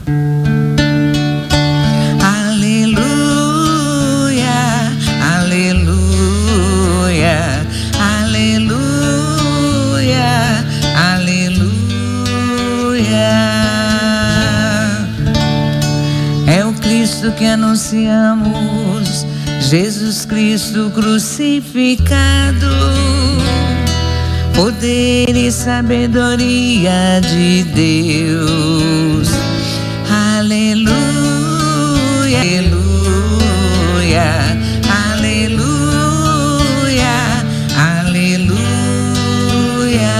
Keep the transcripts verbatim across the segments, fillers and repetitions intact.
Que anunciamos, Jesus Cristo crucificado, poder e sabedoria de Deus. Aleluia, aleluia, aleluia, aleluia.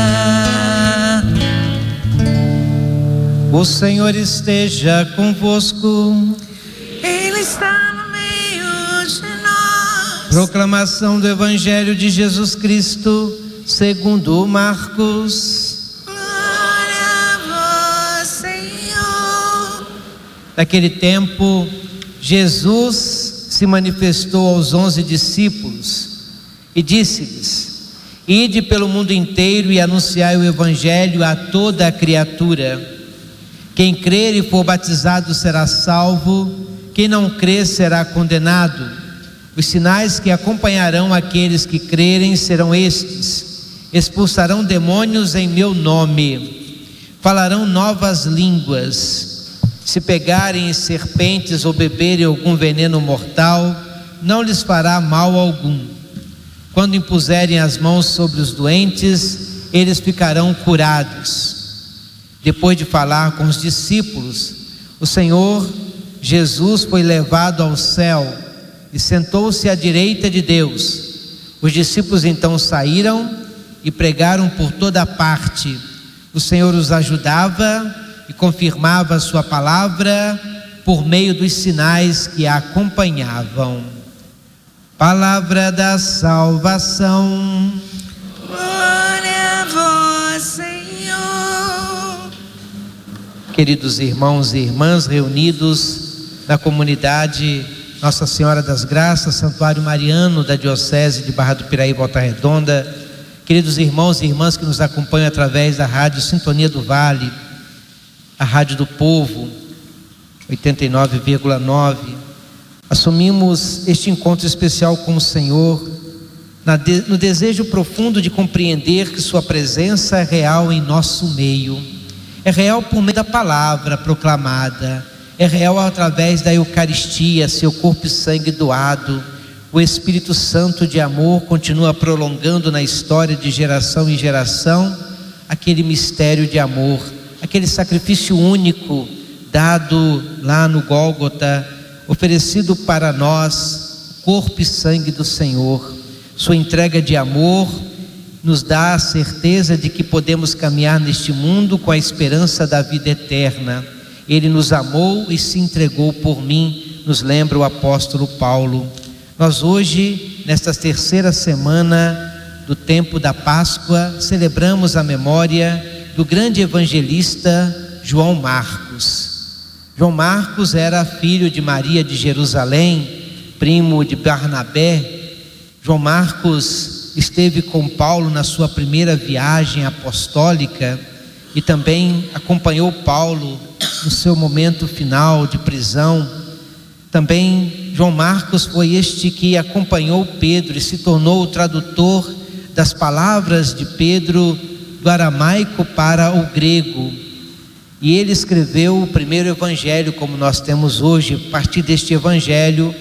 O Senhor esteja convosco. Está no meio de nós. Proclamação do Evangelho de Jesus Cristo segundo Marcos. Glória a vós, Senhor. Naquele tempo, Jesus se manifestou aos onze discípulos e disse-lhes: Ide pelo mundo inteiro e anunciai o Evangelho a toda a criatura. Quem crer e for batizado será salvo. Quem não crer será condenado. Os sinais que acompanharão aqueles que crerem serão estes: expulsarão demônios em meu nome, falarão novas línguas, se pegarem em serpentes ou beberem algum veneno mortal, não lhes fará mal algum. Quando impuserem as mãos sobre os doentes, eles ficarão curados. Depois de falar com os discípulos, o Senhor Jesus foi levado ao céu e sentou-se à direita de Deus. Os discípulos então saíram e pregaram por toda parte. O Senhor os ajudava e confirmava a sua palavra por meio dos sinais que a acompanhavam. Palavra da salvação. Glória a vós, Senhor. Queridos irmãos e irmãs reunidos da comunidade Nossa Senhora das Graças, Santuário Mariano da Diocese de Barra do Piraí, Volta Redonda, queridos irmãos e irmãs que nos acompanham através da rádio Sintonia do Vale, a Rádio do Povo, oitenta e nove vírgula nove, assumimos este encontro especial com o Senhor, na de, no desejo profundo de compreender que Sua presença é real em nosso meio, é real por meio da palavra proclamada, é real através da Eucaristia, seu corpo e sangue doado. O Espírito Santo de amor continua prolongando na história de geração em geração aquele mistério de amor, aquele sacrifício único dado lá no Gólgota, oferecido para nós, corpo e sangue do Senhor. Sua entrega de amor nos dá a certeza de que podemos caminhar neste mundo com a esperança da vida eterna. Ele nos amou e se entregou por mim, nos lembra o apóstolo Paulo. Nós hoje, nesta terceira semana do tempo da Páscoa, celebramos a memória do grande evangelista João Marcos. João Marcos era filho de Maria de Jerusalém, primo de Barnabé. João Marcos esteve com Paulo na sua primeira viagem apostólica e também acompanhou Paulo no seu momento final de prisão. Também João Marcos foi este que acompanhou Pedro e se tornou o tradutor das palavras de Pedro do aramaico para o grego. E ele escreveu o primeiro evangelho como nós temos hoje. A partir deste evangelho,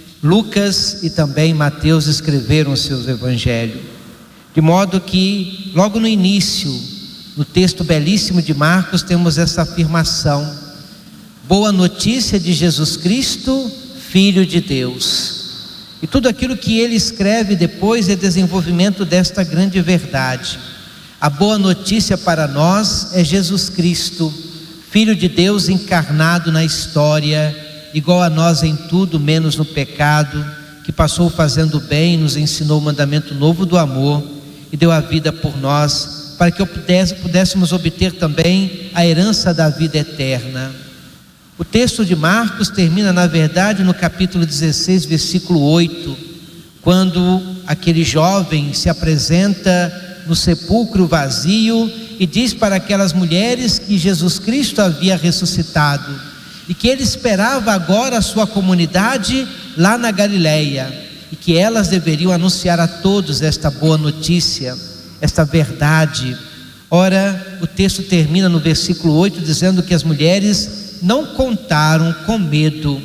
Lucas e também Mateus escreveram os seus evangelhos. De modo que logo no início, no texto belíssimo de Marcos, temos essa afirmação: boa notícia de Jesus Cristo, Filho de Deus. E tudo aquilo que ele escreve depois é desenvolvimento desta grande verdade. A boa notícia para nós é Jesus Cristo, Filho de Deus encarnado na história, igual a nós em tudo menos no pecado, que passou fazendo bem, nos ensinou o mandamento novo do amor e deu a vida por nós, para que pudéssemos obter também a herança da vida eterna. O texto de Marcos termina, na verdade, no capítulo dezesseis, versículo oito, quando aquele jovem se apresenta no sepulcro vazio e diz para aquelas mulheres que Jesus Cristo havia ressuscitado. e que ele esperava agora a sua comunidade lá na Galileia, e que elas deveriam anunciar a todos esta boa notícia, esta verdade. Ora, o texto termina no versículo oito dizendo que as mulheres não contaram com medo.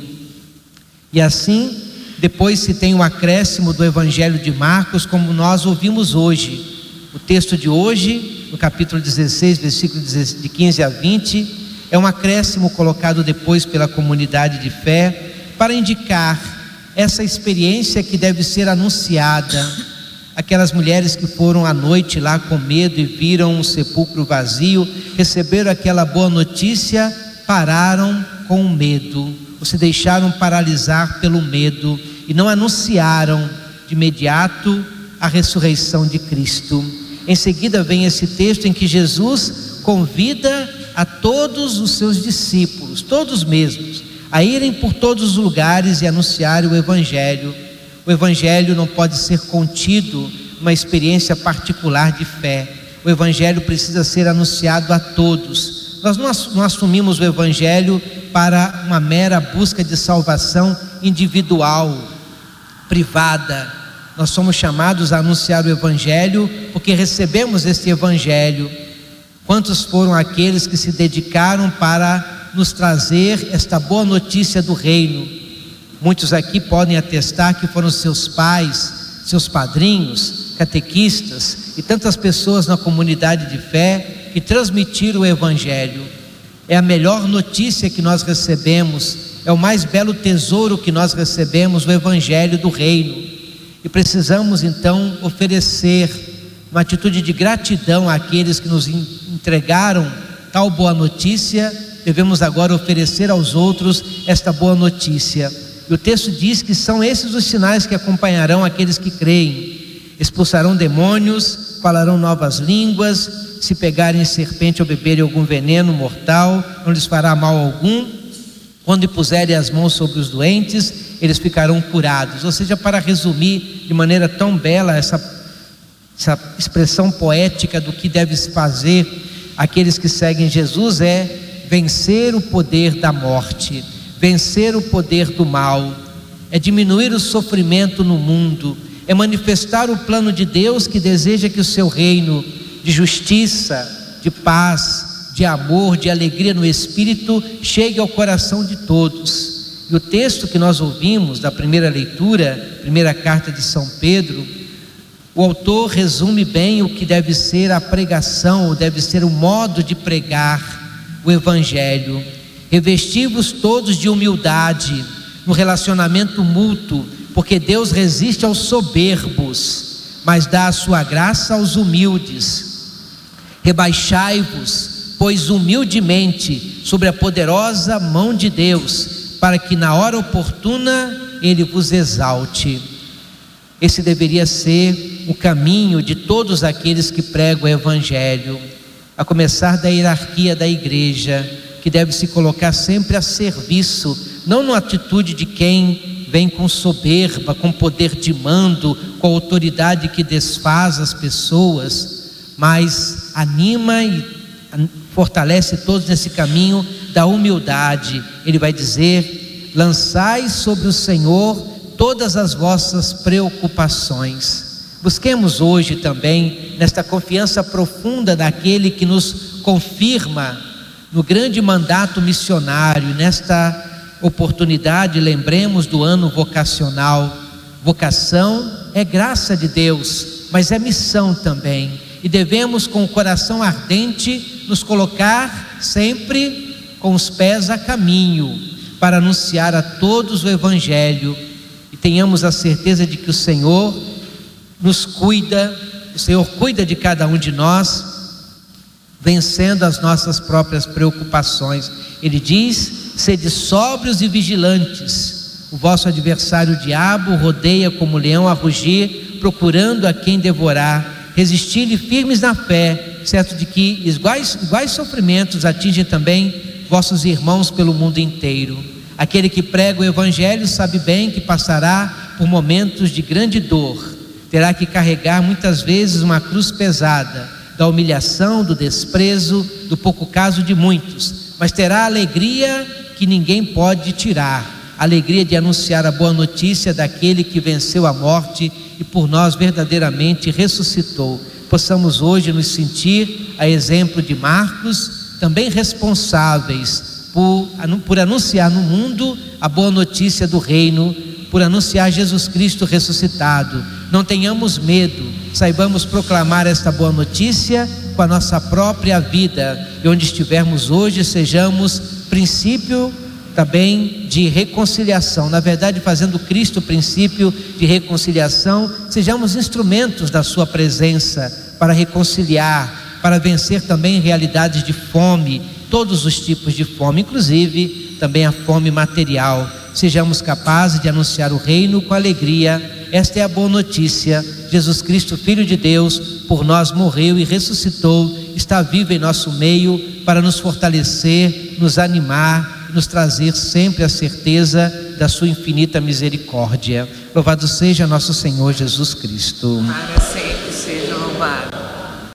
E assim, depois se tem um acréscimo do Evangelho de Marcos, como nós ouvimos hoje. O texto de hoje, no capítulo dezesseis, versículos de quinze a vinte, é um acréscimo colocado depois pela comunidade de fé para indicar essa experiência que deve ser anunciada. Aquelas mulheres que foram à noite lá com medo e viram um sepulcro vazio, receberam aquela boa notícia, pararam com medo, ou se deixaram paralisar pelo medo e não anunciaram de imediato a ressurreição de Cristo. Em seguida vem esse texto em que Jesus convida a todos os seus discípulos, todos mesmos, a irem por todos os lugares e anunciarem o Evangelho. O Evangelho não pode ser contido numa experiência particular de fé. O Evangelho precisa ser anunciado a todos. Nós não assumimos o Evangelho para uma mera busca de salvação individual, privada. Nós somos chamados a anunciar o Evangelho porque recebemos este Evangelho. Quantos foram aqueles que se dedicaram para nos trazer esta boa notícia do reino? Muitos aqui podem atestar que foram seus pais, seus padrinhos, catequistas e tantas pessoas na comunidade de fé que transmitiram o Evangelho. É a melhor notícia que nós recebemos, é o mais belo tesouro que nós recebemos, o Evangelho do reino. E precisamos então oferecer uma atitude de gratidão àqueles que nos entregaram tal boa notícia. Devemos agora oferecer aos outros esta boa notícia. E o texto diz que são esses os sinais que acompanharão aqueles que creem: expulsarão demônios, falarão novas línguas, se pegarem serpente ou beberem algum veneno mortal, não lhes fará mal algum. Quando impuserem as mãos sobre os doentes, eles ficarão curados. Ou seja, para resumir de maneira tão bela essa, essa expressão poética do que deve se fazer aqueles que seguem Jesus, é vencer o poder da morte, vencer o poder do mal, é diminuir o sofrimento no mundo, é manifestar o plano de Deus que deseja que o seu reino de justiça, de paz, de amor, de alegria no Espírito chegue ao coração de todos. E o texto que nós ouvimos da primeira leitura, primeira carta de São Pedro, o autor resume bem o que deve ser a pregação, ou deve ser o modo de pregar o Evangelho. Revesti-vos todos de humildade no relacionamento mútuo, porque Deus resiste aos soberbos, mas dá a sua graça aos humildes. Rebaixai-vos, pois humildemente, sobre a poderosa mão de Deus, para que na hora oportuna Ele vos exalte. Esse deveria ser o caminho de todos aqueles que pregam o Evangelho, a começar da hierarquia da igreja, que deve se colocar sempre a serviço, não na atitude de quem vem com soberba, com poder de mando, com autoridade que desfaz as pessoas, mas anima e fortalece todos nesse caminho da humildade. Ele vai dizer: lançai sobre o Senhor todas as vossas preocupações. Busquemos hoje também, nesta confiança profunda daquele que nos confirma no grande mandato missionário, nesta oportunidade, lembremos do ano vocacional. Vocação é graça de Deus, mas é missão também, e devemos com o coração ardente nos colocar sempre com os pés a caminho, para anunciar a todos o Evangelho, e tenhamos a certeza de que o Senhor nos cuida, o Senhor cuida de cada um de nós, vencendo as nossas próprias preocupações. Ele diz: sede sóbrios e vigilantes, o vosso adversário o diabo rodeia como leão a rugir, procurando a quem devorar. Resisti-lhe firmes na fé, certo de que iguais, iguais sofrimentos atingem também vossos irmãos pelo mundo inteiro. Aquele que prega o Evangelho sabe bem que passará por momentos de grande dor, terá que carregar muitas vezes uma cruz pesada, da humilhação, do desprezo, do pouco caso de muitos, mas terá a alegria que ninguém pode tirar, a alegria de anunciar a boa notícia daquele que venceu a morte e por nós verdadeiramente ressuscitou. Possamos hoje nos sentir, a exemplo de Marcos, também responsáveis por, por anunciar no mundo a boa notícia do reino, por anunciar Jesus Cristo ressuscitado. Não tenhamos medo, saibamos proclamar esta boa notícia com a nossa própria vida, e onde estivermos hoje sejamos princípio também de reconciliação, na verdade fazendo Cristo princípio de reconciliação, sejamos instrumentos da sua presença para reconciliar, para vencer também realidades de fome, todos os tipos de fome, inclusive também a fome material. Sejamos capazes de anunciar o reino com alegria. Esta é a boa notícia: Jesus Cristo, Filho de Deus, por nós morreu e ressuscitou, está vivo em nosso meio para nos fortalecer, nos animar, nos trazer sempre a certeza da sua infinita misericórdia. Louvado seja nosso Senhor Jesus Cristo. Para sempre seja louvado.